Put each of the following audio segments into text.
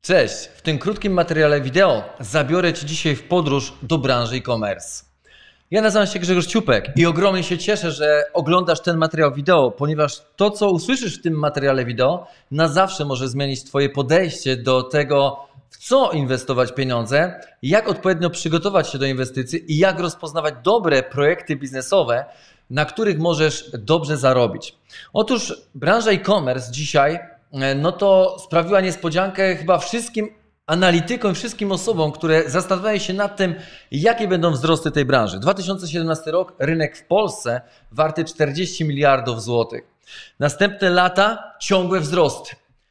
Cześć! W tym krótkim materiale wideo zabiorę Cię dzisiaj w podróż do branży e-commerce. Ja nazywam się Grzegorz Ciupek i ogromnie się cieszę, że oglądasz ten materiał wideo, ponieważ to, co usłyszysz w tym materiale wideo, na zawsze może zmienić Twoje podejście do tego, w co inwestować pieniądze, jak odpowiednio przygotować się do inwestycji i jak rozpoznawać dobre projekty biznesowe, na których możesz dobrze zarobić. Otóż branża e-commerce dzisiaj to sprawiła niespodziankę chyba wszystkim analitykom, wszystkim osobom, które zastanawiają się nad tym, jakie będą wzrosty tej branży. 2017 rok, rynek w Polsce warty 40 miliardów złotych. Następne lata, ciągłe wzrosty.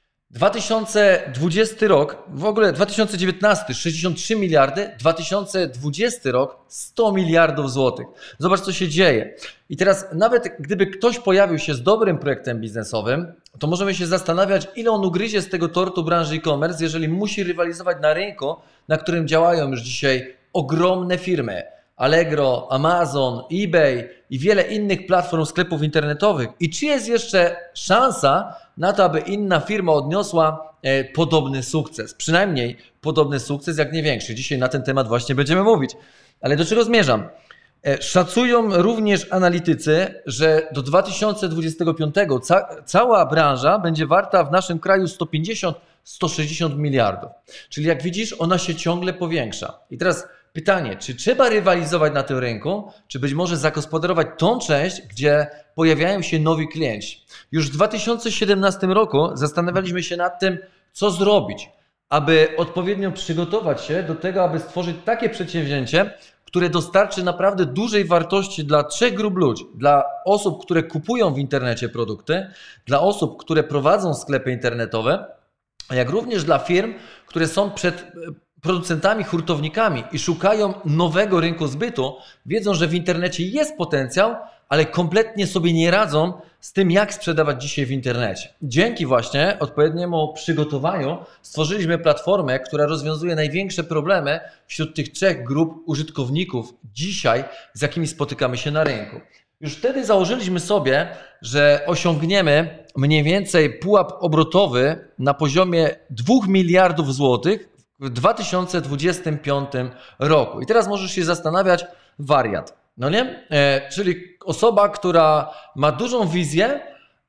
2020 rok, w ogóle 2019 63 miliardy, 2020 rok 100 miliardów złotych. Zobacz, co się dzieje. I teraz nawet gdyby ktoś pojawił się z dobrym projektem biznesowym, to możemy się zastanawiać, ile on ugryzie z tego tortu branży e-commerce, jeżeli musi rywalizować na rynku, na którym działają już dzisiaj ogromne firmy. Allegro, Amazon, eBay i wiele innych platform sklepów internetowych. I czy jest jeszcze szansa na to, aby inna firma odniosła podobny sukces? Przynajmniej podobny sukces, jak nie większy. Dzisiaj na ten temat właśnie będziemy mówić. Ale do czego zmierzam? Szacują również analitycy, że do 2025 cała branża będzie warta w naszym kraju 150-160 miliardów. Czyli jak widzisz, ona się ciągle powiększa. I teraz pytanie, czy trzeba rywalizować na tym rynku, czy być może zagospodarować tą część, gdzie pojawiają się nowi klienci. Już w 2017 roku zastanawialiśmy się nad tym, co zrobić, aby odpowiednio przygotować się do tego, aby stworzyć takie przedsięwzięcie, które dostarczy naprawdę dużej wartości dla trzech grup ludzi. Dla osób, które kupują w internecie produkty, dla osób, które prowadzą sklepy internetowe, jak również dla firm, które są przed producentami, hurtownikami i szukają nowego rynku zbytu, wiedzą, że w internecie jest potencjał, ale kompletnie sobie nie radzą z tym, jak sprzedawać dzisiaj w internecie. Dzięki właśnie odpowiedniemu przygotowaniu stworzyliśmy platformę, która rozwiązuje największe problemy wśród tych trzech grup użytkowników dzisiaj, z jakimi spotykamy się na rynku. Już wtedy założyliśmy sobie, że osiągniemy mniej więcej pułap obrotowy na poziomie 2 miliardów złotych w 2025 roku. I teraz możesz się zastanawiać, wariat, no nie? Czyli osoba, która ma dużą wizję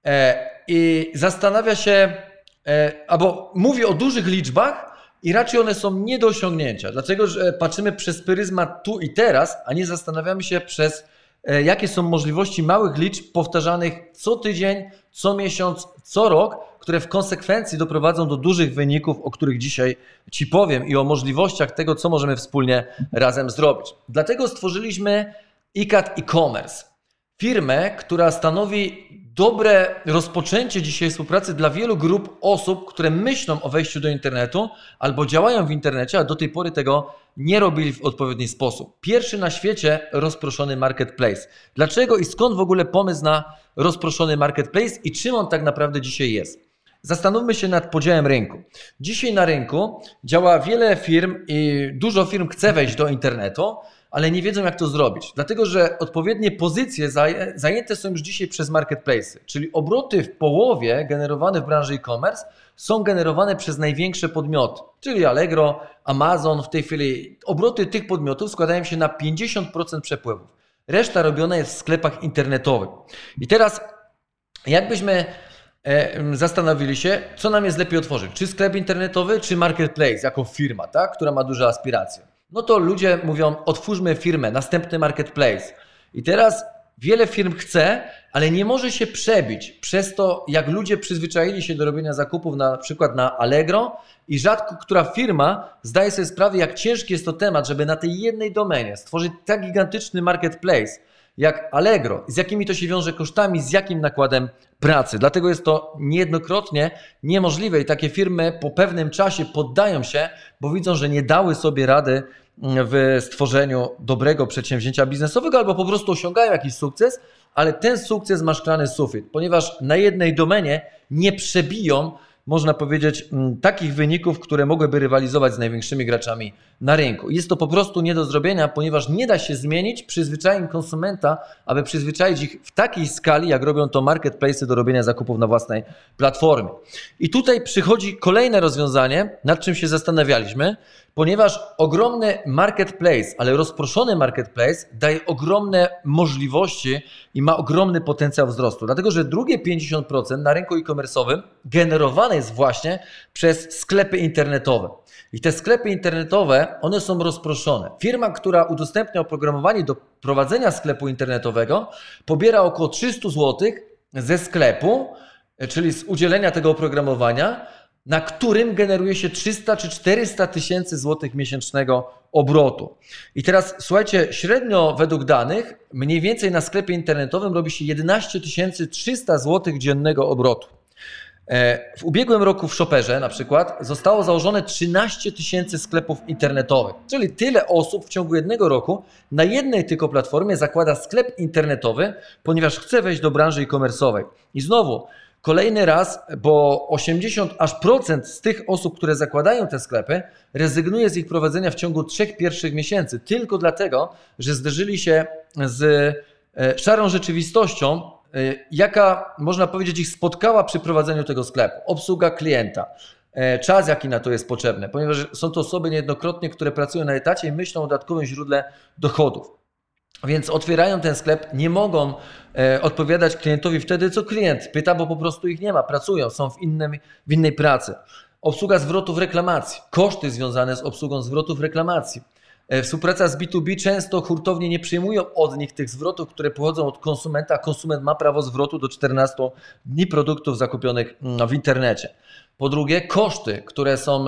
i zastanawia się, albo mówi o dużych liczbach i raczej one są nie do osiągnięcia. Dlatego, że patrzymy przez pryzmat tu i teraz, a nie zastanawiamy się jakie są możliwości małych liczb powtarzanych co tydzień, co miesiąc, co rok, które w konsekwencji doprowadzą do dużych wyników, o których dzisiaj Ci powiem i o możliwościach tego, co możemy wspólnie razem zrobić. Dlatego stworzyliśmy iCAD e-commerce. Firmę, która stanowi dobre rozpoczęcie dzisiaj współpracy dla wielu grup osób, które myślą o wejściu do internetu albo działają w internecie, a do tej pory tego nie robili w odpowiedni sposób. Pierwszy na świecie rozproszony marketplace. Dlaczego i skąd w ogóle pomysł na rozproszony marketplace i czym on tak naprawdę dzisiaj jest? Zastanówmy się nad podziałem rynku. Dzisiaj na rynku działa wiele firm i dużo firm chce wejść do internetu, ale nie wiedzą, jak to zrobić. Dlatego, że odpowiednie pozycje zajęte są już dzisiaj przez marketplace'y, czyli obroty w połowie generowane w branży e-commerce są generowane przez największe podmioty, czyli Allegro, Amazon. W tej chwili obroty tych podmiotów składają się na 50% przepływów. Reszta robiona jest w sklepach internetowych. I teraz jakbyśmy zastanowili się, co nam jest lepiej otworzyć, czy sklep internetowy, czy marketplace jako firma, tak, która ma duże aspiracje. No to ludzie mówią, otwórzmy firmę, następny marketplace. I teraz wiele firm chce, ale nie może się przebić przez to, jak ludzie przyzwyczaili się do robienia zakupów na przykład na Allegro i rzadko która firma zdaje sobie sprawę, jak ciężki jest to temat, żeby na tej jednej domenie stworzyć tak gigantyczny marketplace jak Allegro, z jakimi to się wiąże kosztami, z jakim nakładem pracy. Dlatego jest to niejednokrotnie niemożliwe i takie firmy po pewnym czasie poddają się, bo widzą, że nie dały sobie rady w stworzeniu dobrego przedsięwzięcia biznesowego albo po prostu osiągają jakiś sukces, ale ten sukces ma szklany sufit, ponieważ na jednej domenie nie przebiją można powiedzieć, takich wyników, które mogłyby rywalizować z największymi graczami na rynku. Jest to po prostu nie do zrobienia, ponieważ nie da się zmienić przyzwyczajeń konsumenta, aby przyzwyczaić ich w takiej skali, jak robią to marketplace'y do robienia zakupów na własnej platformie. I tutaj przychodzi kolejne rozwiązanie, nad czym się zastanawialiśmy, ponieważ ogromny marketplace, ale rozproszony marketplace daje ogromne możliwości i ma ogromny potencjał wzrostu, dlatego że drugie 50% na rynku e-commerce'owym generowane jest właśnie przez sklepy internetowe. I te sklepy internetowe, one są rozproszone. Firma, która udostępnia oprogramowanie do prowadzenia sklepu internetowego, pobiera około 300 zł ze sklepu, czyli z udzielenia tego oprogramowania, na którym generuje się 300 czy 400 tysięcy złotych miesięcznego obrotu. I teraz słuchajcie, średnio według danych mniej więcej na sklepie internetowym robi się 11 300 złotych dziennego obrotu. W ubiegłym roku w Shopperze na przykład zostało założone 13 tysięcy sklepów internetowych, czyli tyle osób w ciągu jednego roku na jednej tylko platformie zakłada sklep internetowy, ponieważ chce wejść do branży e-commerce'owej. I znowu, kolejny raz, bo 80% z tych osób, które zakładają te sklepy, rezygnuje z ich prowadzenia w ciągu 3 pierwszych miesięcy, tylko dlatego, że zderzyli się z szarą rzeczywistością, jaka, można powiedzieć, ich spotkała przy prowadzeniu tego sklepu. Obsługa klienta, czas jaki na to jest potrzebny, ponieważ są to osoby niejednokrotnie, które pracują na etacie i myślą o dodatkowym źródle dochodów. Więc otwierają ten sklep, nie mogą odpowiadać klientowi wtedy, co klient pyta, bo po prostu ich nie ma, pracują, są w innej pracy. Obsługa zwrotów reklamacji, koszty związane z obsługą zwrotów reklamacji. Współpraca z B2B, często hurtownie nie przyjmują od nich tych zwrotów, które pochodzą od konsumenta, a konsument ma prawo zwrotu do 14 dni produktów zakupionych w internecie. Po drugie, koszty, które są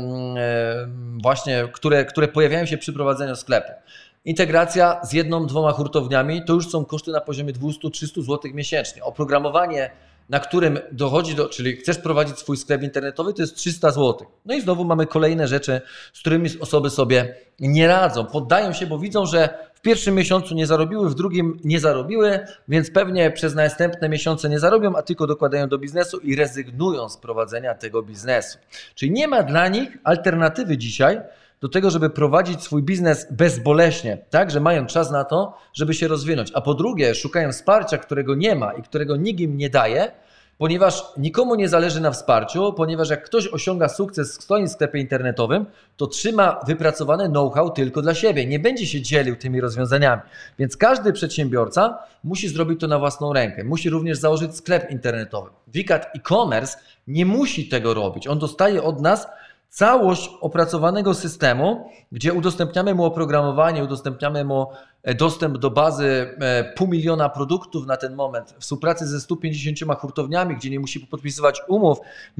właśnie, które pojawiają się przy prowadzeniu sklepu. Integracja z 1-2 hurtowniami to już są koszty na poziomie 200-300 zł miesięcznie. Oprogramowanie, na którym dochodzi czyli chcesz prowadzić swój sklep internetowy, to jest 300 zł. No i znowu mamy kolejne rzeczy, z którymi osoby sobie nie radzą. Poddają się, bo widzą, że w pierwszym miesiącu nie zarobiły, w drugim nie zarobiły, więc pewnie przez następne miesiące nie zarobią, a tylko dokładają do biznesu i rezygnują z prowadzenia tego biznesu. Czyli nie ma dla nich alternatywy dzisiaj do tego, żeby prowadzić swój biznes bezboleśnie, tak, że mają czas na to, żeby się rozwinąć. A po drugie, szukają wsparcia, którego nie ma i którego nikt im nie daje, ponieważ nikomu nie zależy na wsparciu, ponieważ jak ktoś osiąga sukces w swoim sklepie internetowym, to trzyma wypracowane know-how tylko dla siebie, nie będzie się dzielił tymi rozwiązaniami. Więc każdy przedsiębiorca musi zrobić to na własną rękę, musi również założyć sklep internetowy. Wicat e-commerce nie musi tego robić, on dostaje od nas całość opracowanego systemu, gdzie udostępniamy mu oprogramowanie, udostępniamy mu dostęp do bazy 500 000 produktów na ten moment, współpracy ze 150 hurtowniami, gdzie nie musi podpisywać umów,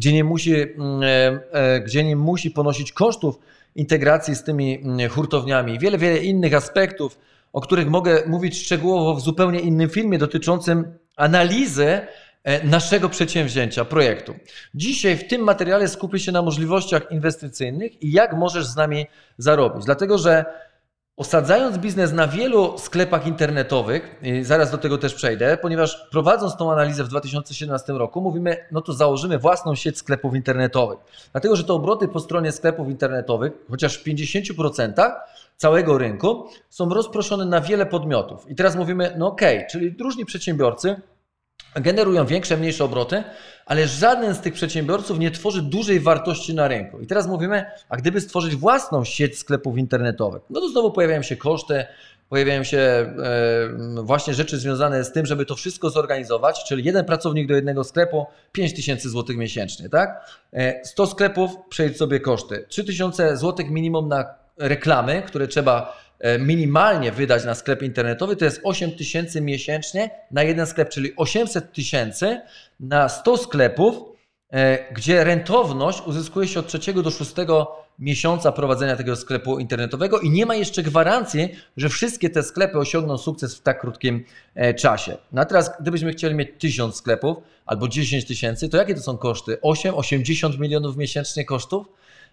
gdzie nie musi ponosić kosztów integracji z tymi hurtowniami. Wiele innych aspektów, o których mogę mówić szczegółowo w zupełnie innym filmie dotyczącym analizy naszego przedsięwzięcia, projektu. Dzisiaj w tym materiale skupię się na możliwościach inwestycyjnych i jak możesz z nami zarobić. Dlatego, że osadzając biznes na wielu sklepach internetowych, i zaraz do tego też przejdę, ponieważ prowadząc tą analizę w 2017 roku mówimy, no to założymy własną sieć sklepów internetowych. Dlatego, że te obroty po stronie sklepów internetowych, chociaż w 50% całego rynku, są rozproszone na wiele podmiotów. I teraz mówimy, no okej, czyli różni przedsiębiorcy generują większe, mniejsze obroty, ale żaden z tych przedsiębiorców nie tworzy dużej wartości na rynku. I teraz mówimy, a gdyby stworzyć własną sieć sklepów internetowych, no to znowu pojawiają się koszty, pojawiają się właśnie rzeczy związane z tym, żeby to wszystko zorganizować, czyli jeden pracownik do jednego sklepu, 5000 zł miesięcznie, tak? 100 sklepów, przejdź sobie koszty. 3000 zł minimum na reklamy, które trzeba minimalnie wydać na sklep internetowy, to jest 8000 miesięcznie na jeden sklep, czyli 800 000 na 100 sklepów, gdzie rentowność uzyskuje się od 3 do 6 miesiąca prowadzenia tego sklepu internetowego i nie ma jeszcze gwarancji, że wszystkie te sklepy osiągną sukces w tak krótkim czasie. No a teraz, gdybyśmy chcieli mieć 1000 sklepów albo 10 000, to jakie to są koszty? 80 milionów miesięcznie kosztów?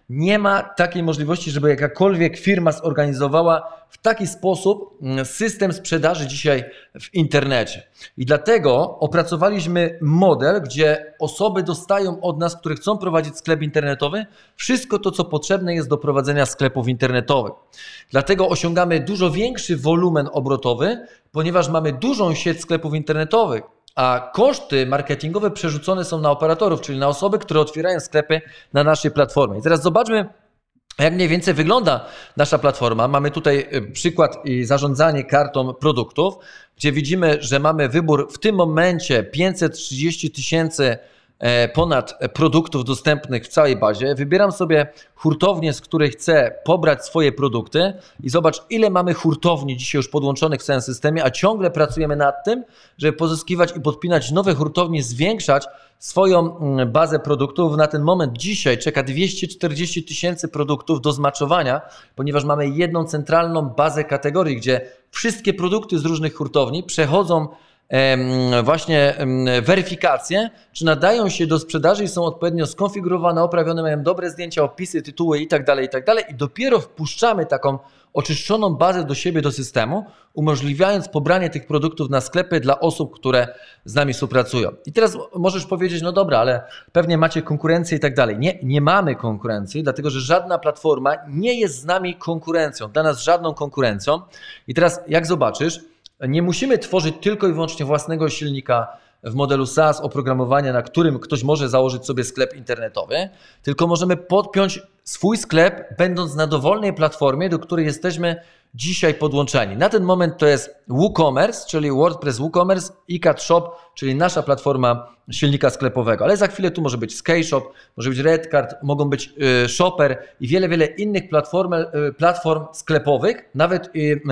Nie ma takiej możliwości, żeby jakakolwiek firma zorganizowała w taki sposób system sprzedaży dzisiaj w internecie. I dlatego opracowaliśmy model, gdzie osoby dostają od nas, które chcą prowadzić sklep internetowy, wszystko to, co potrzebne jest do prowadzenia sklepów internetowych. Dlatego osiągamy dużo większy wolumen obrotowy, ponieważ mamy dużą sieć sklepów internetowych, a koszty marketingowe przerzucone są na operatorów, czyli na osoby, które otwierają sklepy na naszej platformie. I teraz zobaczmy, jak mniej więcej wygląda nasza platforma. Mamy tutaj przykład i zarządzanie kartą produktów, gdzie widzimy, że mamy wybór w tym momencie 530 000 ponad produktów dostępnych w całej bazie. Wybieram sobie hurtownię, z której chcę pobrać swoje produkty i zobacz, ile mamy hurtowni dzisiaj już podłączonych w całym systemie, a ciągle pracujemy nad tym, żeby pozyskiwać i podpinać nowe hurtownie, zwiększać swoją bazę produktów. Na ten moment dzisiaj czeka 240 000 produktów do zmaczowania, ponieważ mamy jedną centralną bazę kategorii, gdzie wszystkie produkty z różnych hurtowni przechodzą właśnie weryfikację, czy nadają się do sprzedaży i są odpowiednio skonfigurowane, oprawione, mają dobre zdjęcia, opisy, tytuły itd. I dopiero wpuszczamy taką oczyszczoną bazę do siebie, do systemu, umożliwiając pobranie tych produktów na sklepy dla osób, które z nami współpracują. I teraz możesz powiedzieć, no dobra, ale pewnie macie konkurencję i tak dalej. Nie mamy konkurencji, dlatego że żadna platforma nie jest z nami konkurencją, dla nas żadną konkurencją. I teraz jak zobaczysz, nie musimy tworzyć tylko i wyłącznie własnego silnika w modelu SaaS, oprogramowania, na którym ktoś może założyć sobie sklep internetowy, tylko możemy podpiąć swój sklep, będąc na dowolnej platformie, do której jesteśmy dzisiaj podłączeni. Na ten moment to jest WooCommerce, czyli WordPress WooCommerce, iCat Shop, czyli nasza platforma silnika sklepowego. Ale za chwilę tu może być SkyShop, może być Redcard, mogą być Shopper i wiele innych platform sklepowych, nawet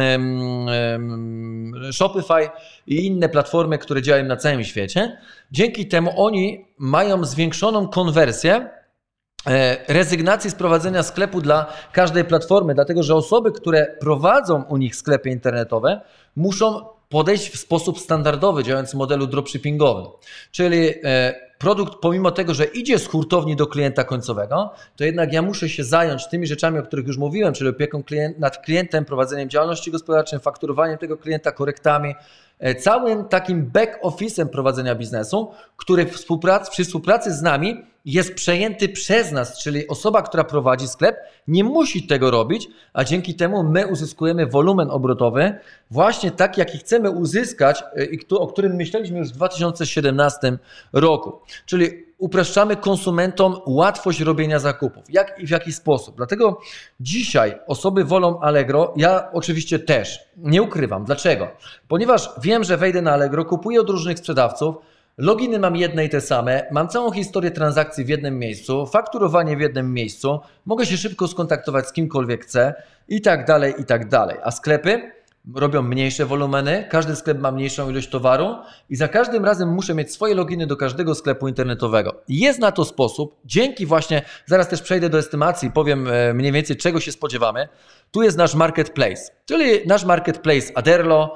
Shopify i inne platformy, które działają na całym świecie. Dzięki temu oni mają zwiększoną konwersję, rezygnację z prowadzenia sklepu dla każdej platformy, dlatego że osoby, które prowadzą u nich sklepy internetowe, muszą podejść w sposób standardowy, działając w modelu dropshippingowym. Czyli produkt, pomimo tego, że idzie z hurtowni do klienta końcowego, to jednak ja muszę się zająć tymi rzeczami, o których już mówiłem, czyli opieką nad klientem, prowadzeniem działalności gospodarczej, fakturowaniem tego klienta, korektami, całym takim back office'em prowadzenia biznesu, który przy współpracy z nami jest przejęty przez nas, czyli osoba, która prowadzi sklep, nie musi tego robić, a dzięki temu my uzyskujemy wolumen obrotowy właśnie tak, jaki chcemy uzyskać i o którym myśleliśmy już w 2017 roku. Czyli upraszczamy konsumentom łatwość robienia zakupów. Jak i w jaki sposób? Dlatego dzisiaj osoby wolą Allegro, ja oczywiście też, nie ukrywam. Dlaczego? Ponieważ wiem, że wejdę na Allegro, kupuję od różnych sprzedawców, loginy mam jedne i te same, mam całą historię transakcji w jednym miejscu, fakturowanie w jednym miejscu, mogę się szybko skontaktować z kimkolwiek chcę i tak dalej, i tak dalej. A sklepy robią mniejsze wolumeny, każdy sklep ma mniejszą ilość towaru i za każdym razem muszę mieć swoje loginy do każdego sklepu internetowego. Jest na to sposób, dzięki właśnie, zaraz też przejdę do estymacji, powiem mniej więcej czego się spodziewamy. Tu jest nasz marketplace, czyli nasz marketplace Aderlo.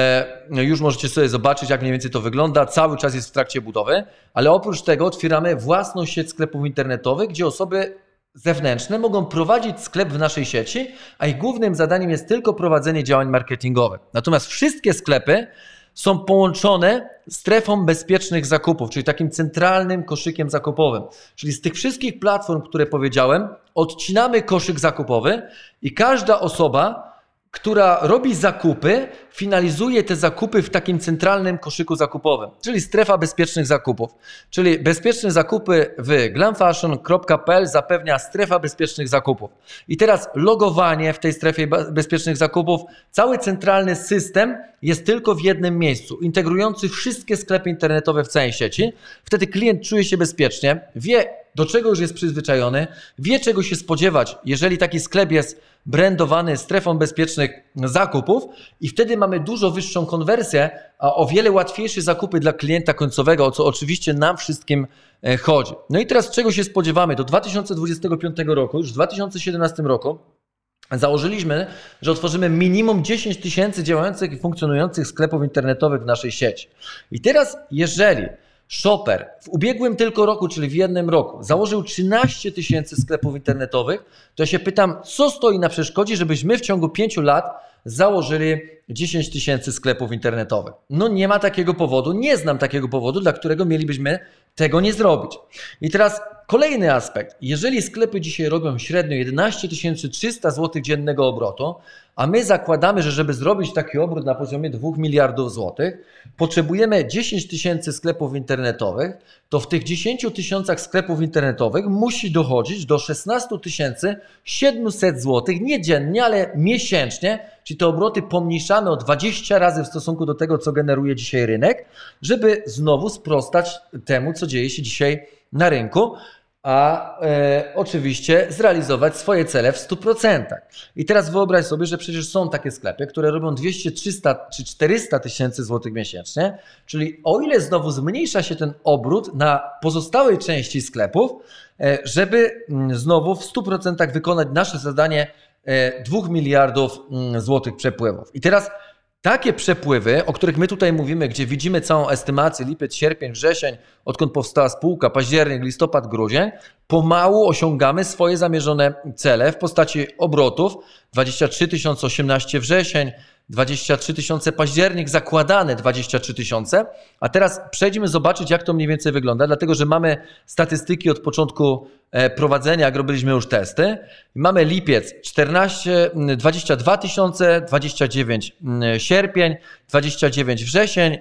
Już możecie sobie zobaczyć, jak mniej więcej to wygląda. Cały czas jest w trakcie budowy, ale oprócz tego otwieramy własną sieć sklepów internetowych, gdzie osoby zewnętrzne mogą prowadzić sklep w naszej sieci, a ich głównym zadaniem jest tylko prowadzenie działań marketingowych. Natomiast wszystkie sklepy są połączone strefą bezpiecznych zakupów, czyli takim centralnym koszykiem zakupowym. Czyli z tych wszystkich platform, które powiedziałem, odcinamy koszyk zakupowy i każda osoba, która robi zakupy, finalizuje te zakupy w takim centralnym koszyku zakupowym, czyli strefa bezpiecznych zakupów. Czyli bezpieczne zakupy w glamfashion.pl zapewnia strefa bezpiecznych zakupów. I teraz logowanie w tej strefie bezpiecznych zakupów, cały centralny system jest tylko w jednym miejscu, integrujący wszystkie sklepy internetowe w całej sieci. Wtedy klient czuje się bezpiecznie, wie, do czego już jest przyzwyczajony, wie, czego się spodziewać, jeżeli taki sklep jest brandowany strefą bezpiecznych zakupów i wtedy mamy dużo wyższą konwersję, a o wiele łatwiejsze zakupy dla klienta końcowego, o co oczywiście nam wszystkim chodzi. No i teraz czego się spodziewamy? Do 2025 roku, już w 2017 roku założyliśmy, że otworzymy minimum 10 000 działających i funkcjonujących sklepów internetowych w naszej sieci. I teraz jeżeli Shopper w ubiegłym tylko roku, czyli w jednym roku, założył 13 tysięcy sklepów internetowych, to ja się pytam, co stoi na przeszkodzie, żebyśmy w ciągu 5 lat założyli 10 tysięcy sklepów internetowych. No nie ma takiego powodu, nie znam takiego powodu, dla którego mielibyśmy tego nie zrobić. I teraz kolejny aspekt. Jeżeli sklepy dzisiaj robią średnio 11 300 zł dziennego obrotu, a my zakładamy, że żeby zrobić taki obrót na poziomie 2 miliardów złotych, potrzebujemy 10 tysięcy sklepów internetowych, to w tych 10 tysiącach sklepów internetowych musi dochodzić do 16 700 zł, nie dziennie, ale miesięcznie, czyli te obroty pomniejszamy o 20 razy w stosunku do tego, co generuje dzisiaj rynek, żeby znowu sprostać temu, co dzieje się dzisiaj na rynku, a oczywiście zrealizować swoje cele w 100%. I teraz wyobraź sobie, że przecież są takie sklepy, które robią 200, 300 czy 400 tysięcy złotych miesięcznie, czyli o ile znowu zmniejsza się ten obrót na pozostałej części sklepów, żeby znowu w 100% wykonać nasze zadanie 2 miliardów złotych przepływów. I teraz takie przepływy, o których my tutaj mówimy, gdzie widzimy całą estymację, lipiec, sierpień, wrzesień, odkąd powstała spółka, październik, listopad, grudzień, pomału osiągamy swoje zamierzone cele w postaci obrotów. 23 018 wrzesień, 23 000 październik, zakładane 23 000. A teraz przejdźmy zobaczyć, jak to mniej więcej wygląda, dlatego że mamy statystyki od początku prowadzenia, jak robiliśmy już testy. Mamy lipiec 22 000, 29 sierpień, 29 wrzesień,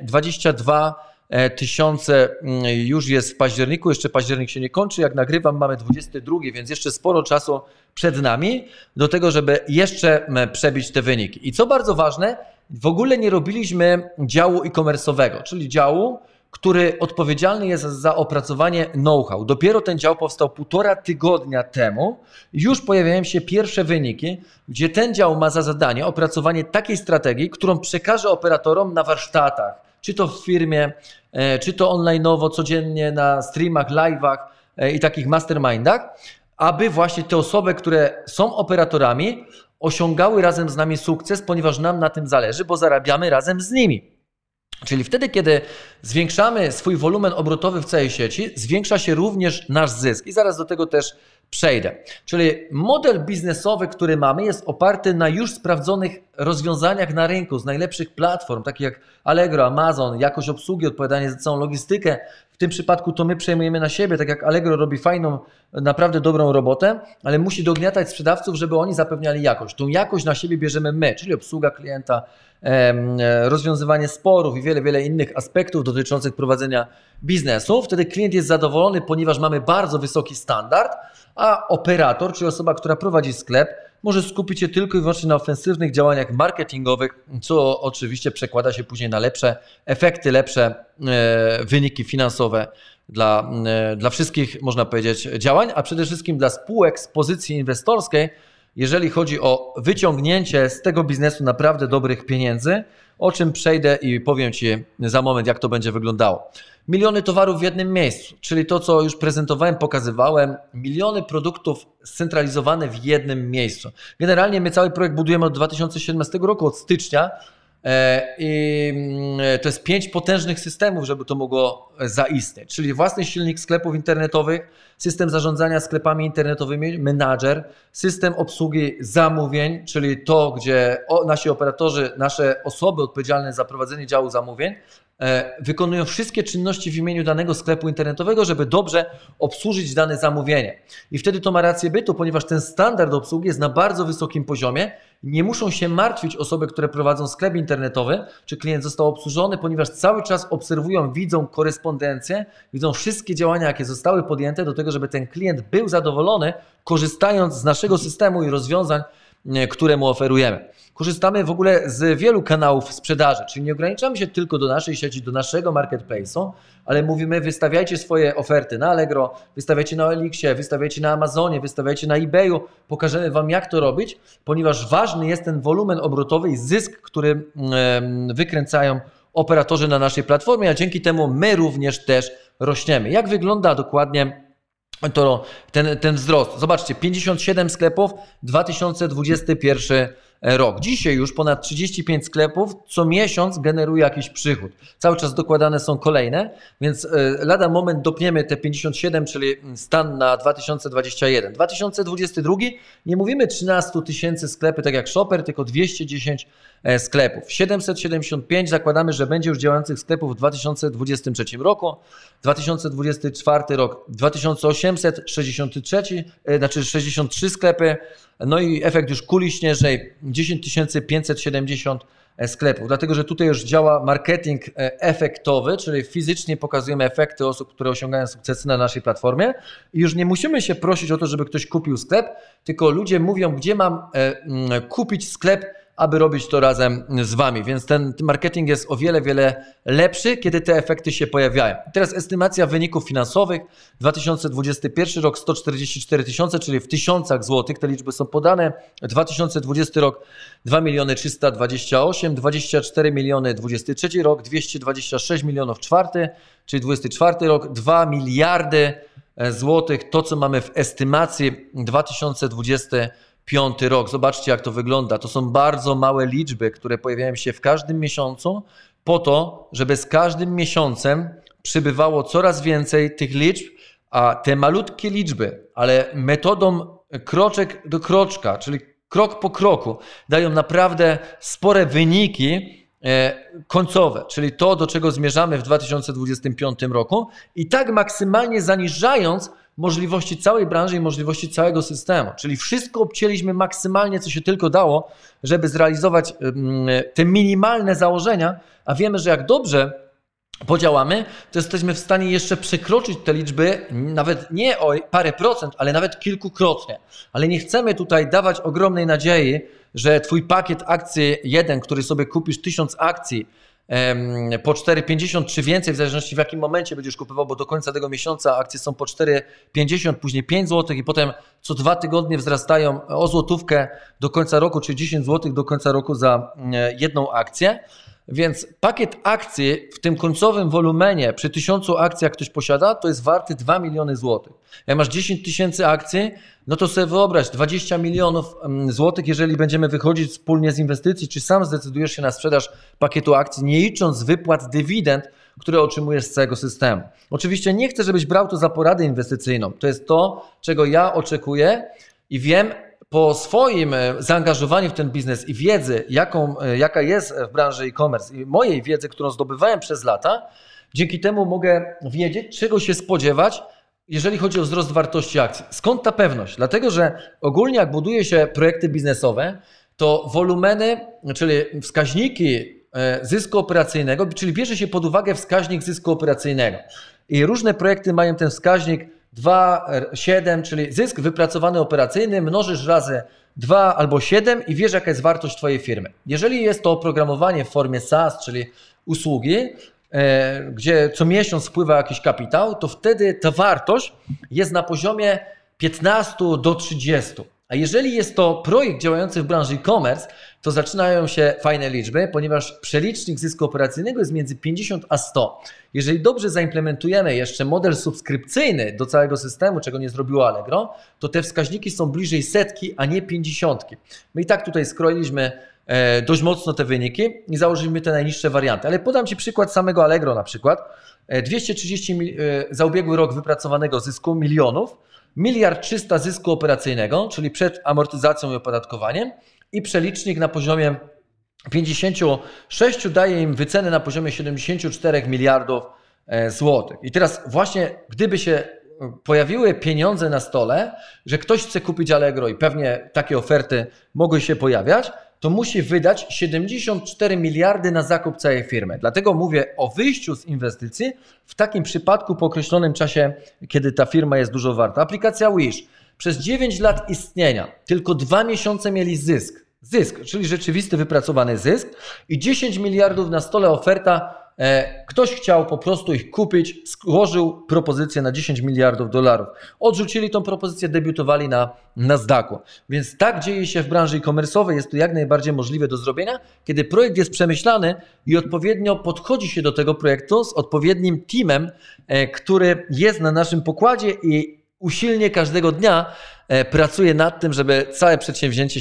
22 tysiące już jest w październiku, jeszcze październik się nie kończy, jak nagrywam mamy 22, więc jeszcze sporo czasu przed nami do tego, żeby jeszcze przebić te wyniki. I co bardzo ważne, w ogóle nie robiliśmy działu e-commerce'owego, czyli działu, który odpowiedzialny jest za opracowanie know-how. Dopiero ten dział powstał 1,5 tygodnia temu. Już pojawiają się pierwsze wyniki, gdzie ten dział ma za zadanie opracowanie takiej strategii, którą przekaże operatorom na warsztatach, czy to w firmie, czy to online'owo, codziennie na streamach, live'ach i takich mastermindach, aby właśnie te osoby, które są operatorami, osiągały razem z nami sukces, ponieważ nam na tym zależy, bo zarabiamy razem z nimi. Czyli wtedy, kiedy zwiększamy swój wolumen obrotowy w całej sieci, zwiększa się również nasz zysk i zaraz do tego też przejdę. Czyli model biznesowy, który mamy, jest oparty na już sprawdzonych rozwiązaniach na rynku z najlepszych platform, takich jak Allegro, Amazon, jakość obsługi, odpowiadanie za całą logistykę. W tym przypadku to my przejmujemy na siebie, tak jak Allegro robi fajną, naprawdę dobrą robotę, ale musi dogniatać sprzedawców, żeby oni zapewniali jakość. Tą jakość na siebie bierzemy my, czyli obsługa klienta, rozwiązywanie sporów i wiele innych aspektów dotyczących prowadzenia biznesu. Wtedy klient jest zadowolony, ponieważ mamy bardzo wysoki standard, a operator, czyli osoba, która prowadzi sklep, może skupić się tylko i wyłącznie na ofensywnych działaniach marketingowych, co oczywiście przekłada się później na lepsze efekty, lepsze wyniki finansowe dla wszystkich, można powiedzieć, działań, a przede wszystkim dla spółek z pozycji inwestorskiej, jeżeli chodzi o wyciągnięcie z tego biznesu naprawdę dobrych pieniędzy, o czym przejdę i powiem Ci za moment, jak to będzie wyglądało. Miliony towarów w jednym miejscu, czyli to, co już prezentowałem, pokazywałem, miliony produktów scentralizowane w jednym miejscu. Generalnie my cały projekt budujemy od 2017 roku, od stycznia, i to jest 5 potężnych systemów, żeby to mogło zaistnieć, czyli własny silnik sklepów internetowych, system zarządzania sklepami internetowymi, menadżer, system obsługi zamówień, czyli to, gdzie nasi operatorzy, nasze osoby odpowiedzialne za prowadzenie działu zamówień wykonują wszystkie czynności w imieniu danego sklepu internetowego, żeby dobrze obsłużyć dane zamówienie. I wtedy to ma rację bytu, ponieważ ten standard obsługi jest na bardzo wysokim poziomie. Nie muszą się martwić osoby, które prowadzą sklep internetowy, czy klient został obsłużony, ponieważ cały czas obserwują, widzą korespondencję, widzą wszystkie działania, jakie zostały podjęte do tego, żeby ten klient był zadowolony, korzystając z naszego systemu i rozwiązań, które mu oferujemy. Korzystamy w ogóle z wielu kanałów sprzedaży, czyli nie ograniczamy się tylko do naszej sieci, do naszego marketplace'u, ale mówimy, wystawiajcie swoje oferty na Allegro, wystawiajcie na Elixie, wystawiajcie na Amazonie, wystawiajcie na eBayu, pokażemy Wam, jak to robić, ponieważ ważny jest ten wolumen obrotowy i zysk, który wykręcają operatorzy na naszej platformie, a dzięki temu my również też rośniemy. Jak wygląda dokładnie ten wzrost? Zobaczcie, 57 sklepów, 2021 rok. Dzisiaj już ponad 35 sklepów co miesiąc generuje jakiś przychód. Cały czas dokładane są kolejne, więc lada moment dopniemy te 57, czyli stan na 2021. 2022 nie mówimy 13 tysięcy sklepy, tak jak Shopper, tylko 210 sklepów. 775 zakładamy, że będzie już działających sklepów w 2023 roku. 2024 rok 63 sklepy. No i efekt już kuli śnieżnej 10 570 sklepów, dlatego że tutaj już działa marketing efektowy, czyli fizycznie pokazujemy efekty osób, które osiągają sukcesy na naszej platformie i już nie musimy się prosić o to, żeby ktoś kupił sklep, tylko ludzie mówią, gdzie mam kupić sklep, aby robić to razem z Wami, więc ten marketing jest o wiele, wiele lepszy, kiedy te efekty się pojawiają. Teraz estymacja wyników finansowych. 2021 rok 144 tysiące, czyli w tysiącach złotych, te liczby są podane. 2020 rok 2 328 000, 24 miliony 23 rok, 226 milionów czwarty, czyli 24 rok, 2 miliardy złotych, to co mamy w estymacji 2025 rok. Zobaczcie, jak to wygląda. To są bardzo małe liczby, które pojawiają się w każdym miesiącu po to, żeby z każdym miesiącem przybywało coraz więcej tych liczb, a te malutkie liczby, ale metodą kroczek do kroczka, czyli krok po kroku, dają naprawdę spore wyniki końcowe, czyli to, do czego zmierzamy w 2025 roku i tak maksymalnie zaniżając możliwości całej branży i możliwości całego systemu. Czyli wszystko obcięliśmy maksymalnie, co się tylko dało, żeby zrealizować te minimalne założenia, a wiemy, że jak dobrze podziałamy, to jesteśmy w stanie jeszcze przekroczyć te liczby nawet nie o parę procent, ale nawet kilkukrotnie. Ale nie chcemy tutaj dawać ogromnej nadziei, że Twój pakiet akcji 1, który sobie kupisz 1000 akcji, po 4,50 czy więcej, w zależności w jakim momencie będziesz kupował, bo do końca tego miesiąca akcje są po 4,50, później 5 zł i potem co 2 tygodnie wzrastają o złotówkę do końca roku, czy 10 zł do końca roku za jedną akcję. Więc pakiet akcji w tym końcowym wolumenie przy 1000 akcjach ktoś posiada, to jest warty 2 miliony złotych. Jak masz 10 tysięcy akcji, no to sobie wyobraź 20 milionów złotych, jeżeli będziemy wychodzić wspólnie z inwestycji, czy sam zdecydujesz się na sprzedaż pakietu akcji, nie licząc wypłat dywidend, które otrzymujesz z całego systemu. Oczywiście nie chcę, żebyś brał to za poradę inwestycyjną. To jest to, czego ja oczekuję i wiem, po swoim zaangażowaniu w ten biznes i wiedzy, jaka jest w branży e-commerce i mojej wiedzy, którą zdobywałem przez lata, dzięki temu mogę wiedzieć, czego się spodziewać, jeżeli chodzi o wzrost wartości akcji. Skąd ta pewność? Dlatego, że ogólnie jak buduje się projekty biznesowe, to wolumeny, czyli wskaźniki zysku operacyjnego, czyli bierze się pod uwagę wskaźnik zysku operacyjnego. I różne projekty mają ten wskaźnik 2,7, czyli zysk wypracowany operacyjny, mnożysz razy 2 albo 7 i wiesz, jaka jest wartość Twojej firmy. Jeżeli jest to oprogramowanie w formie SaaS, czyli usługi, gdzie co miesiąc wpływa jakiś kapitał, to wtedy ta wartość jest na poziomie 15 do 30. A jeżeli jest to projekt działający w branży e-commerce, to zaczynają się fajne liczby, ponieważ przelicznik zysku operacyjnego jest między 50 a 100. Jeżeli dobrze zaimplementujemy jeszcze model subskrypcyjny do całego systemu, czego nie zrobiło Allegro, to te wskaźniki są bliżej 100, a nie 50. My i tak tutaj skroiliśmy dość mocno te wyniki i założyliśmy te najniższe warianty. Ale podam Ci przykład samego Allegro na przykład. 230 za ubiegły rok wypracowanego zysku milionów, 1 300 000 zysku operacyjnego, czyli przed amortyzacją i opodatkowaniem i przelicznik na poziomie 56 daje im wycenę na poziomie 74 miliardów złotych. I teraz właśnie gdyby się pojawiły pieniądze na stole, że ktoś chce kupić Allegro i pewnie takie oferty mogły się pojawiać, to musi wydać 74 miliardy na zakup całej firmy. Dlatego mówię o wyjściu z inwestycji w takim przypadku po określonym czasie, kiedy ta firma jest dużo warta. Aplikacja Wish. Przez 9 lat istnienia tylko 2 miesiące mieli zysk, czyli rzeczywisty wypracowany zysk i 10 miliardów na stole oferta. Ktoś chciał po prostu ich kupić, złożył propozycję na 10 miliardów dolarów. Odrzucili tą propozycję, debiutowali na Nasdaqu. Więc tak dzieje się w branży e-commerce'owej, jest to jak najbardziej możliwe do zrobienia, kiedy projekt jest przemyślany i odpowiednio podchodzi się do tego projektu z odpowiednim teamem, który jest na naszym pokładzie i usilnie każdego dnia pracuje nad tym, żeby całe przedsięwzięcie się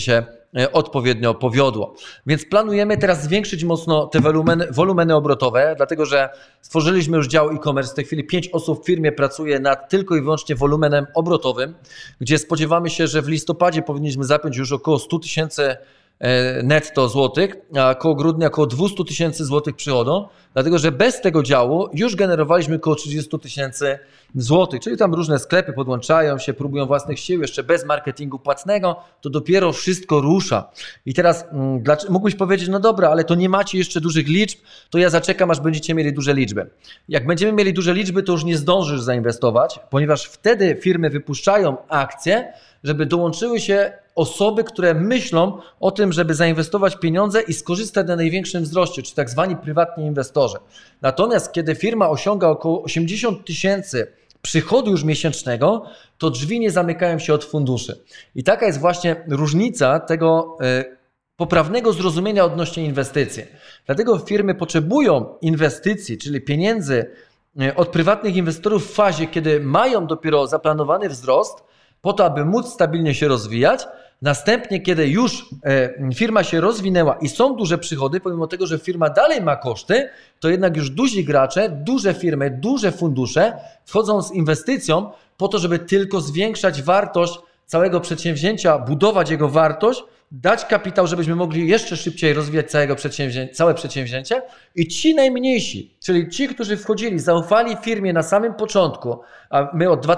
odpowiednio powiodło. Więc planujemy teraz zwiększyć mocno te wolumeny obrotowe, dlatego że stworzyliśmy już dział e-commerce. W tej chwili 5 osób w firmie pracuje nad tylko i wyłącznie wolumenem obrotowym, gdzie spodziewamy się, że w listopadzie powinniśmy zapiąć już około 100 000 netto złotych, a koło grudnia około 200 000 złotych przychodu, dlatego że bez tego działu już generowaliśmy około 30 000 złotych, czyli tam różne sklepy podłączają się, próbują własnych sił, jeszcze bez marketingu płatnego, to dopiero wszystko rusza. I teraz mógłbyś powiedzieć, no dobra, ale to nie macie jeszcze dużych liczb, to ja zaczekam, aż będziecie mieli duże liczby. Jak będziemy mieli duże liczby, to już nie zdążysz zainwestować, ponieważ wtedy firmy wypuszczają akcje, żeby dołączyły się osoby, które myślą o tym, żeby zainwestować pieniądze i skorzystać na największym wzroście, czy tak zwani prywatni inwestorzy. Natomiast kiedy firma osiąga około 80 000 przychodu już miesięcznego, to drzwi nie zamykają się od funduszy. I taka jest właśnie różnica tego poprawnego zrozumienia odnośnie inwestycji. Dlatego firmy potrzebują inwestycji, czyli pieniędzy od prywatnych inwestorów w fazie, kiedy mają dopiero zaplanowany wzrost, po to, aby móc stabilnie się rozwijać. Następnie, kiedy już firma się rozwinęła i są duże przychody, pomimo tego, że firma dalej ma koszty, to jednak już duzi gracze, duże firmy, duże fundusze wchodzą z inwestycją po to, żeby tylko zwiększać wartość całego przedsięwzięcia, budować jego wartość, dać kapitał, żebyśmy mogli jeszcze szybciej rozwijać całe przedsięwzięcie i ci najmniejsi, czyli ci, którzy wchodzili, zaufali firmie na samym początku, a my od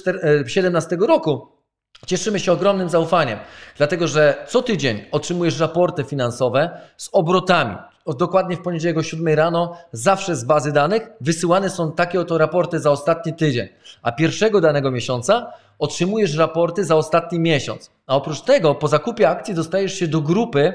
2017 roku cieszymy się ogromnym zaufaniem, dlatego że co tydzień otrzymujesz raporty finansowe z obrotami. Dokładnie w poniedziałek o 7 rano, zawsze z bazy danych, wysyłane są takie oto raporty za ostatni tydzień, a pierwszego danego miesiąca otrzymujesz raporty za ostatni miesiąc. A oprócz tego po zakupie akcji dostajesz się do grupy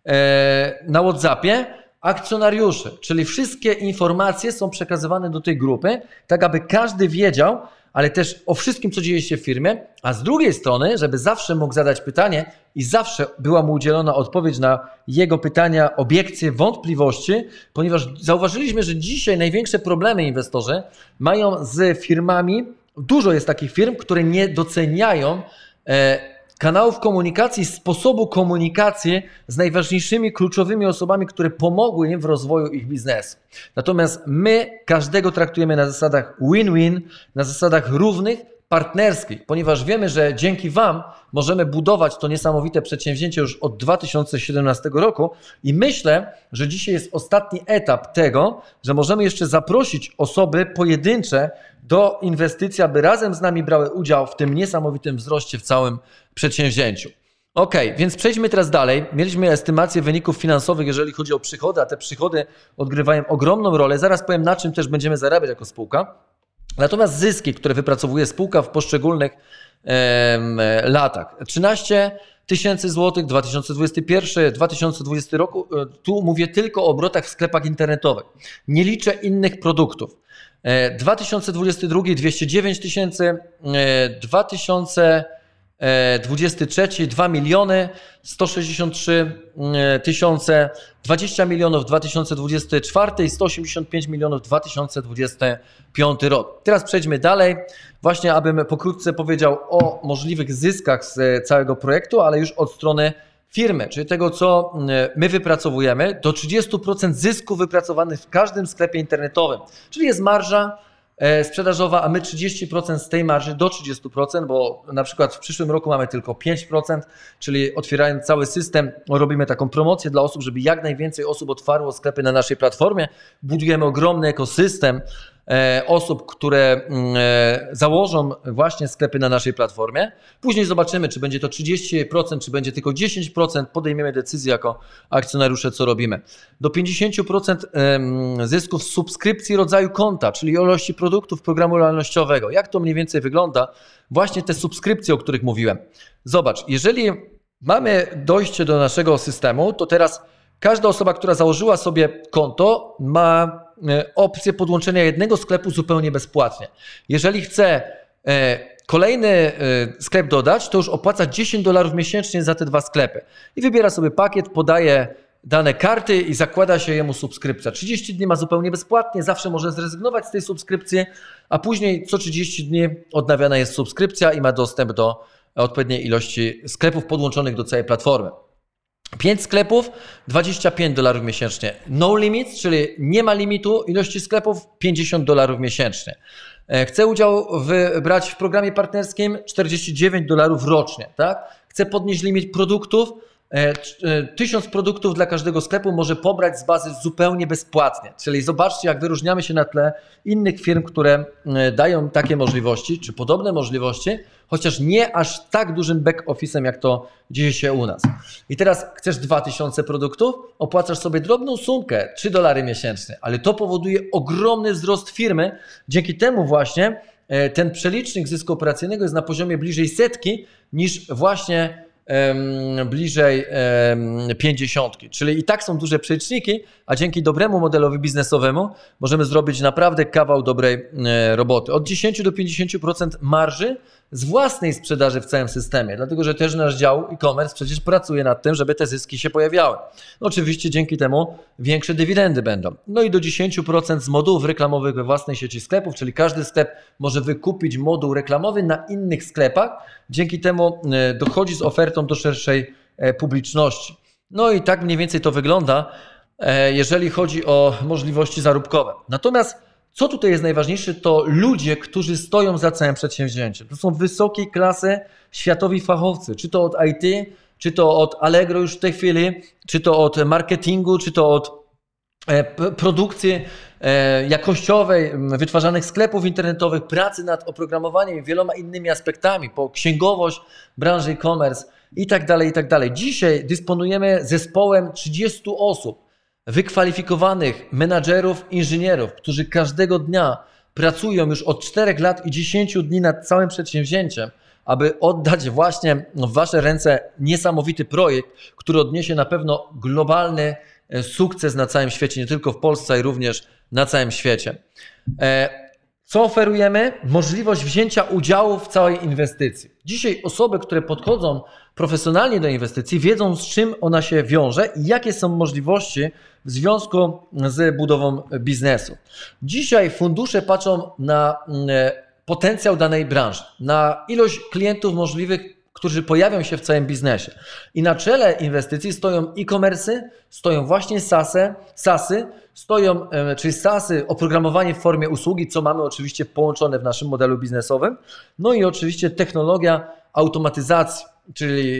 na WhatsAppie akcjonariuszy, czyli wszystkie informacje są przekazywane do tej grupy, tak aby każdy wiedział, ale też o wszystkim, co dzieje się w firmie, a z drugiej strony, żeby zawsze mógł zadać pytanie i zawsze była mu udzielona odpowiedź na jego pytania, obiekcje, wątpliwości, ponieważ zauważyliśmy, że dzisiaj największe problemy inwestorzy mają z firmami. Dużo jest takich firm, które nie doceniają kanałów komunikacji, sposobu komunikacji z najważniejszymi, kluczowymi osobami, które pomogły im w rozwoju ich biznesu. Natomiast my każdego traktujemy na zasadach win-win, na zasadach równych, partnerskich, ponieważ wiemy, że dzięki Wam możemy budować to niesamowite przedsięwzięcie już od 2017 roku i myślę, że dzisiaj jest ostatni etap tego, że możemy jeszcze zaprosić osoby pojedyncze do inwestycji, aby razem z nami brały udział w tym niesamowitym wzroście w całym przedsięwzięciu. Ok, więc przejdźmy teraz dalej. Mieliśmy estymację wyników finansowych, jeżeli chodzi o przychody, a te przychody odgrywają ogromną rolę. Zaraz powiem, na czym też będziemy zarabiać jako spółka. Natomiast zyski, które wypracowuje spółka w poszczególnych latach. 13 000 złotych, 2021, 2020 roku, tu mówię tylko o obrotach w sklepach internetowych. Nie liczę innych produktów. 2022 209 000, 2023 2 163 000, 20 milionów w 2024 i 185 milionów w 2025 rok. Teraz przejdźmy dalej, właśnie abym pokrótce powiedział o możliwych zyskach z całego projektu, ale już od strony firmy, czyli tego, co my wypracowujemy, do 30% zysku wypracowanych w każdym sklepie internetowym, czyli jest marża sprzedażowa, a my 30% z tej marży do 30%, bo na przykład w przyszłym roku mamy tylko 5%, czyli otwierając cały system, robimy taką promocję dla osób, żeby jak najwięcej osób otwarło sklepy na naszej platformie. Budujemy ogromny ekosystem osób, które założą właśnie sklepy na naszej platformie. Później zobaczymy, czy będzie to 30%, czy będzie tylko 10%. Podejmiemy decyzję jako akcjonariusze, co robimy. Do 50% zysków z subskrypcji rodzaju konta, czyli ilości produktów programu lojalnościowego. Jak to mniej więcej wygląda? Właśnie te subskrypcje, o których mówiłem. Zobacz, jeżeli mamy dojście do naszego systemu, to teraz każda osoba, która założyła sobie konto, ma opcję podłączenia jednego sklepu zupełnie bezpłatnie. Jeżeli chce kolejny sklep dodać, to już opłaca $10 miesięcznie za te 2 sklepy. I wybiera sobie pakiet, podaje dane karty i zakłada się jemu subskrypcja. 30 dni ma zupełnie bezpłatnie, zawsze może zrezygnować z tej subskrypcji, a później co 30 dni odnawiana jest subskrypcja i ma dostęp do odpowiedniej ilości sklepów podłączonych do całej platformy. 5 sklepów, $25 miesięcznie. No limits, czyli nie ma limitu ilości sklepów, $50 miesięcznie. Chcę udział brać w programie partnerskim, $49 rocznie. Tak? Chcę podnieść limit produktów, 1000 produktów dla każdego sklepu może pobrać z bazy zupełnie bezpłatnie. Czyli zobaczcie, jak wyróżniamy się na tle innych firm, które dają takie możliwości, czy podobne możliwości, chociaż nie aż tak dużym back-office'em, jak to dzieje się u nas. I teraz chcesz 2000 produktów, opłacasz sobie drobną sumkę, $3 miesięcznie, ale to powoduje ogromny wzrost firmy. Dzięki temu właśnie ten przelicznik zysku operacyjnego jest na poziomie bliżej setki niż właśnie bliżej 50. Czyli i tak są duże przeliczniki, a dzięki dobremu modelowi biznesowemu możemy zrobić naprawdę kawał dobrej roboty. Od 10 do 50% marży z własnej sprzedaży w całym systemie, dlatego że też nasz dział e-commerce przecież pracuje nad tym, żeby te zyski się pojawiały. No oczywiście dzięki temu większe dywidendy będą. No i do 10% z modułów reklamowych we własnej sieci sklepów, czyli każdy sklep może wykupić moduł reklamowy na innych sklepach, dzięki temu dochodzi z ofertą do szerszej publiczności. No i tak mniej więcej to wygląda, jeżeli chodzi o możliwości zarobkowe. Natomiast co tutaj jest najważniejsze, to ludzie, którzy stoją za całym przedsięwzięciem. To są wysokiej klasy światowi fachowcy, czy to od IT, czy to od Allegro już w tej chwili, czy to od marketingu, czy to od produkcji jakościowej, wytwarzanych sklepów internetowych, pracy nad oprogramowaniem i wieloma innymi aspektami, po księgowość branży e-commerce i tak dalej, i tak dalej. Dzisiaj dysponujemy zespołem 30 osób, wykwalifikowanych menadżerów, inżynierów, którzy każdego dnia pracują już od 4 lat i 10 dni nad całym przedsięwzięciem, aby oddać właśnie w Wasze ręce niesamowity projekt, który odniesie na pewno globalny sukces na całym świecie, nie tylko w Polsce, ale również na całym świecie. Co oferujemy? Możliwość wzięcia udziału w całej inwestycji. Dzisiaj osoby, które podchodzą profesjonalnie do inwestycji, wiedzą, z czym ona się wiąże i jakie są możliwości w związku z budową biznesu. Dzisiaj fundusze patrzą na potencjał danej branży, na ilość klientów możliwych, którzy pojawią się w całym biznesie. I na czele inwestycji stoją e-commerce, stoją właśnie SaaSy, stoją, czyli SaaSy, oprogramowanie w formie usługi, co mamy oczywiście połączone w naszym modelu biznesowym. No i oczywiście technologia automatyzacji, czyli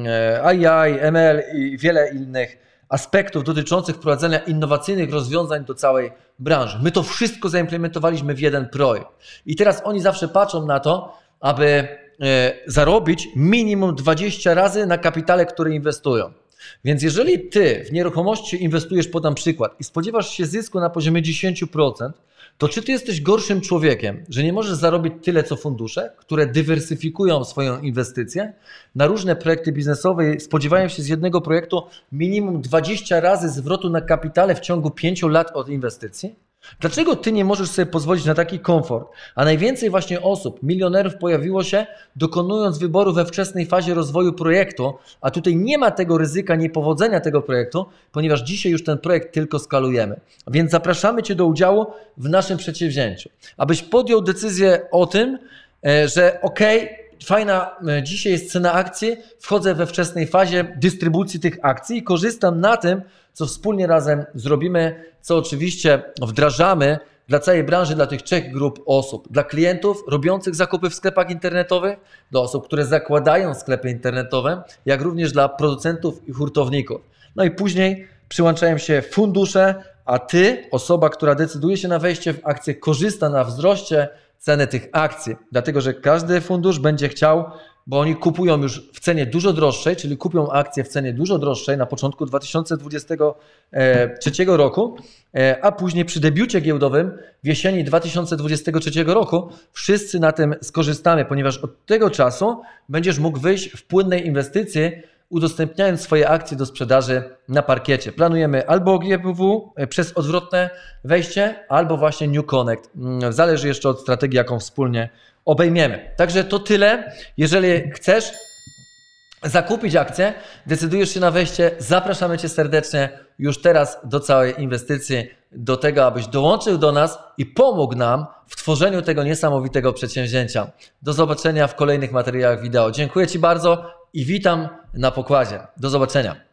AI, ML i wiele innych aspektów dotyczących wprowadzenia innowacyjnych rozwiązań do całej branży. My to wszystko zaimplementowaliśmy w jeden projekt. I teraz oni zawsze patrzą na to, aby zarobić minimum 20 razy na kapitale, który inwestują. Więc jeżeli Ty w nieruchomości inwestujesz, podam przykład, i spodziewasz się zysku na poziomie 10%, to czy Ty jesteś gorszym człowiekiem, że nie możesz zarobić tyle co fundusze, które dywersyfikują swoją inwestycję na różne projekty biznesowe i spodziewają się z jednego projektu minimum 20 razy zwrotu na kapitale w ciągu 5 lat od inwestycji? Dlaczego Ty nie możesz sobie pozwolić na taki komfort? A najwięcej właśnie osób, milionerów pojawiło się, dokonując wyboru we wczesnej fazie rozwoju projektu, a tutaj nie ma tego ryzyka niepowodzenia tego projektu, ponieważ dzisiaj już ten projekt tylko skalujemy. Więc zapraszamy Cię do udziału w naszym przedsięwzięciu, abyś podjął decyzję o tym, że fajna, dzisiaj jest cena akcji, wchodzę we wczesnej fazie dystrybucji tych akcji i korzystam na tym, co wspólnie razem zrobimy, co oczywiście wdrażamy dla całej branży, dla tych 3 grup osób. Dla klientów robiących zakupy w sklepach internetowych, dla osób, które zakładają sklepy internetowe, jak również dla producentów i hurtowników. No i później przyłączają się fundusze, a Ty, osoba, która decyduje się na wejście w akcję, korzysta na wzroście ceny tych akcji, dlatego że każdy fundusz będzie chciał, bo oni kupują już w cenie dużo droższej, czyli kupią akcje w cenie dużo droższej na początku 2023 roku, a później przy debiucie giełdowym w jesieni 2023 roku wszyscy na tym skorzystamy, ponieważ od tego czasu będziesz mógł wyjść w płynnej inwestycji, udostępniając swoje akcje do sprzedaży na parkiecie. Planujemy albo GPW przez odwrotne wejście, albo właśnie New Connect. Zależy jeszcze od strategii, jaką wspólnie obejmiemy. Także to tyle. Jeżeli chcesz zakupić akcję, decydujesz się na wejście, zapraszamy Cię serdecznie już teraz do całej inwestycji, do tego, abyś dołączył do nas i pomógł nam w tworzeniu tego niesamowitego przedsięwzięcia. Do zobaczenia w kolejnych materiałach wideo. Dziękuję Ci bardzo i witam na pokładzie. Do zobaczenia.